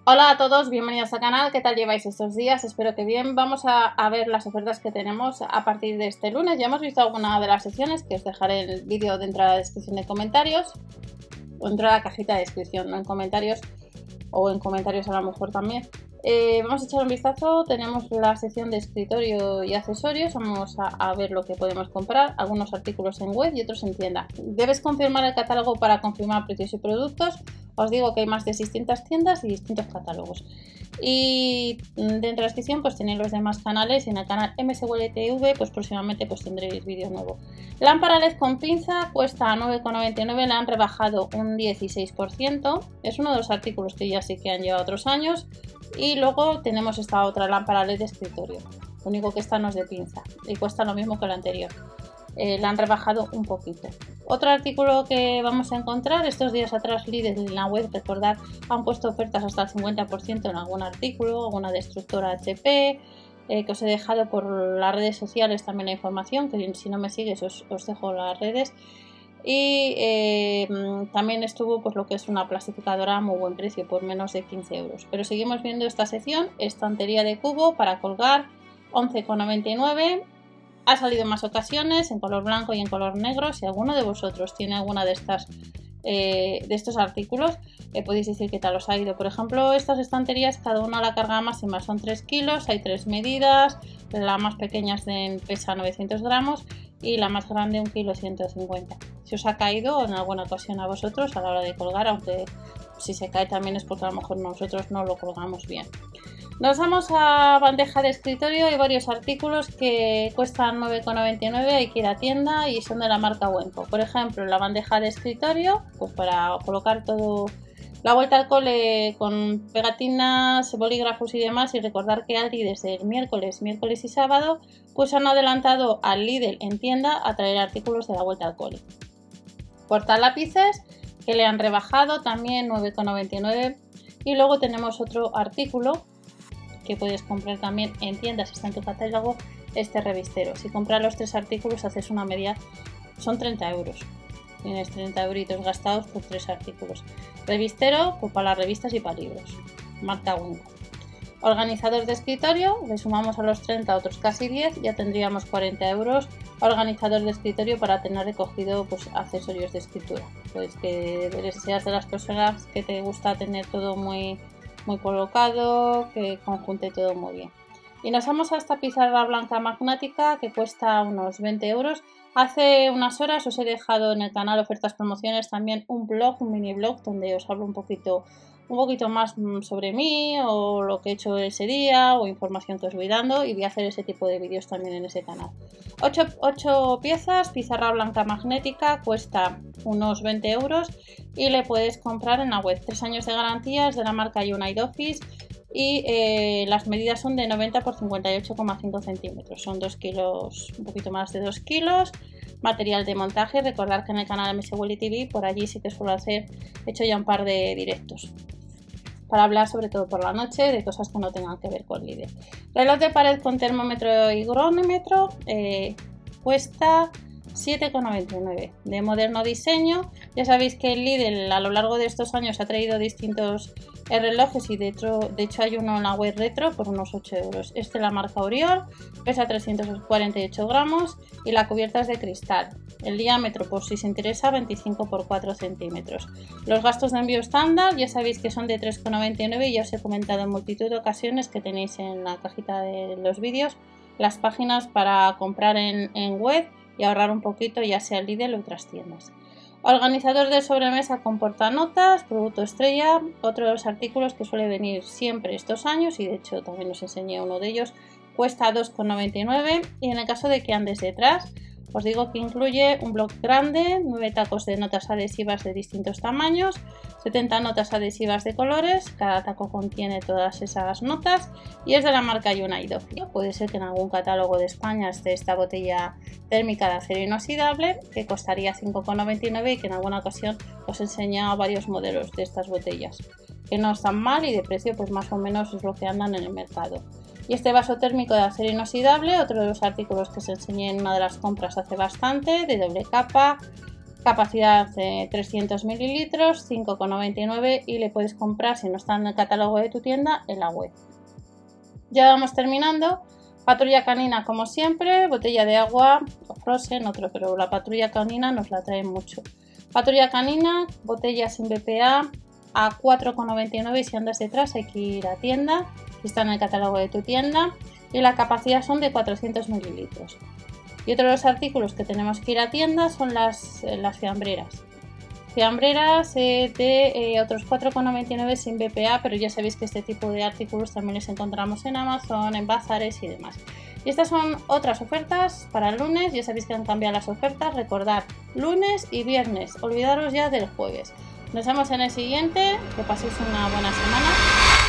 Hola a todos, bienvenidos al canal. ¿Qué tal lleváis estos días? Espero que bien. Vamos a ver las ofertas que tenemos a partir de este lunes. Ya hemos visto alguna de las secciones que os dejaré el vídeo dentro de la descripción de comentarios o dentro de la cajita de descripción, no en comentarios, o en comentarios a lo mejor también. Vamos a echar un vistazo. Tenemos la sección de escritorio y accesorios. Vamos a ver lo que podemos comprar, algunos artículos en web y otros en tienda. Debes confirmar el catálogo para confirmar precios y productos. Os digo que hay más de 600 tiendas y distintos catálogos. Y dentro de la descripción pues tenéis los demás canales y en el canal MSWTV pues próximamente pues tendréis vídeo nuevo. Lámpara LED con pinza cuesta 9,99, le han rebajado un 16%. Es uno de los artículos que ya sí que han llevado otros años. Y luego tenemos esta otra lámpara LED de escritorio. Lo único que esta no es de pinza y cuesta lo mismo que la anterior. La han rebajado un poquito. Otro artículo que vamos a encontrar, estos días atrás Lidl en la web, recordad, han puesto ofertas hasta el 50% en algún artículo, alguna destructora HP, que os he dejado por las redes sociales también la información, que si no me sigues os dejo las redes. Y también estuvo pues lo que es una plastificadora a muy buen precio, por menos de 15 euros. Pero seguimos viendo esta sección, estantería de cubo para colgar, 11,99. Ha salido en más ocasiones, en color blanco y en color negro. Si alguno de vosotros tiene alguna de estos artículos, podéis decir qué tal os ha ido. Por ejemplo, estas estanterías, cada una la carga máxima son 3 kilos, hay 3 medidas. La más pequeña pesa 900 gramos y la más grande 1,150 kg. Si os ha caído en alguna ocasión a vosotros a la hora de colgar, aunque si se cae también es porque a lo mejor nosotros no lo colgamos bien. Nos vamos a bandeja de escritorio. Hay varios artículos que cuestan 9,99, hay que ir a tienda y son de la marca Wenco. Por ejemplo, la bandeja de escritorio, pues para colocar todo, la vuelta al cole con pegatinas, bolígrafos y demás. Y recordar que Aldi desde el miércoles y sábado pues han adelantado al Lidl en tienda a traer artículos de la vuelta al cole. Portalápices que le han rebajado también 9,99. Y luego tenemos otro artículo que puedes comprar también en tiendas, está en tu catálogo, este revistero. Si compras los 3 artículos haces una media, son 30 euros. Tienes 30 euritos gastados por 3 artículos. Revistero pues para las revistas y para libros, marca Wenco. Organizador de escritorio, le sumamos a los 30 otros casi 10, ya tendríamos 40 euros. Organizador de escritorio para tener recogido pues accesorios de escritura. Pues que seas de las personas que te gusta tener todo muy colocado, que conjunte todo muy bien. Y nos vamos a esta pizarra blanca magnética que cuesta unos 20 euros. Hace unas horas os he dejado en el canal Ofertas Promociones también un mini blog donde os hablo un poquito más sobre mí o lo que he hecho ese día o información que os voy dando, y voy a hacer ese tipo de vídeos también en ese canal. 8 piezas, pizarra blanca magnética, cuesta unos 20 euros y le puedes comprar en la web. 3 años de garantías de la marca United Office y las medidas son de 90 x 58,5 centímetros. Son 2 kilos, un poquito más de 2 kilos. Material de montaje, recordar que en el canal MSWTV por allí sí que suelo he hecho ya un par de directos para hablar sobre todo por la noche de cosas que no tengan que ver con Lidl. Reloj de pared con termómetro y cronómetro cuesta 7,99, de moderno diseño. Ya sabéis que Lidl a lo largo de estos años ha traído distintos relojes y de hecho hay uno en la web retro por unos 8 euros. Este es la marca Oriol, pesa 348 gramos y la cubierta es de cristal. El diámetro, por si os interesa, 25 x 4 centímetros. Los gastos de envío estándar ya sabéis que son de 3,99 y ya os he comentado en multitud de ocasiones que tenéis en la cajita de los vídeos las páginas para comprar en web y ahorrar un poquito, ya sea Lidl o otras tiendas. Organizador de sobremesa con portanotas, producto estrella, otro de los artículos que suele venir siempre estos años y de hecho también os enseñé uno de ellos, cuesta 2,99 y en el caso de que andes detrás os digo que incluye un bloc grande, 9 tacos de notas adhesivas de distintos tamaños, 70 notas adhesivas de colores, cada taco contiene todas esas notas y es de la marca United Office. Puede ser que en algún catálogo de España esté esta botella térmica de acero inoxidable que costaría 5,99 y que en alguna ocasión os he enseñado varios modelos de estas botellas que no están mal y de precio pues más o menos es lo que andan en el mercado. Y este vaso térmico de acero inoxidable, otro de los artículos que os enseñé en una de las compras hace bastante, de doble capa, capacidad de 300 mililitros, 5,99 y le puedes comprar, si no está en el catálogo de tu tienda, en la web. Ya vamos terminando. Patrulla canina como siempre, botella de agua o frozen, otro, pero la patrulla canina nos la trae mucho. Patrulla canina, botella sin BPA a 4,99 y si andas detrás hay que ir a tienda, si está en el catálogo de tu tienda, y la capacidad son de 400 mililitros. Y otro de los artículos que tenemos que ir a tienda son las fiambreras. Fiambreras de otros 4,99 sin BPA, pero ya sabéis que este tipo de artículos también los encontramos en Amazon, en bazares y demás. Y estas son otras ofertas para el lunes, ya sabéis que han cambiado las ofertas, recordad, lunes y viernes, olvidaros ya del jueves. Nos vemos en el siguiente, que paséis una buena semana.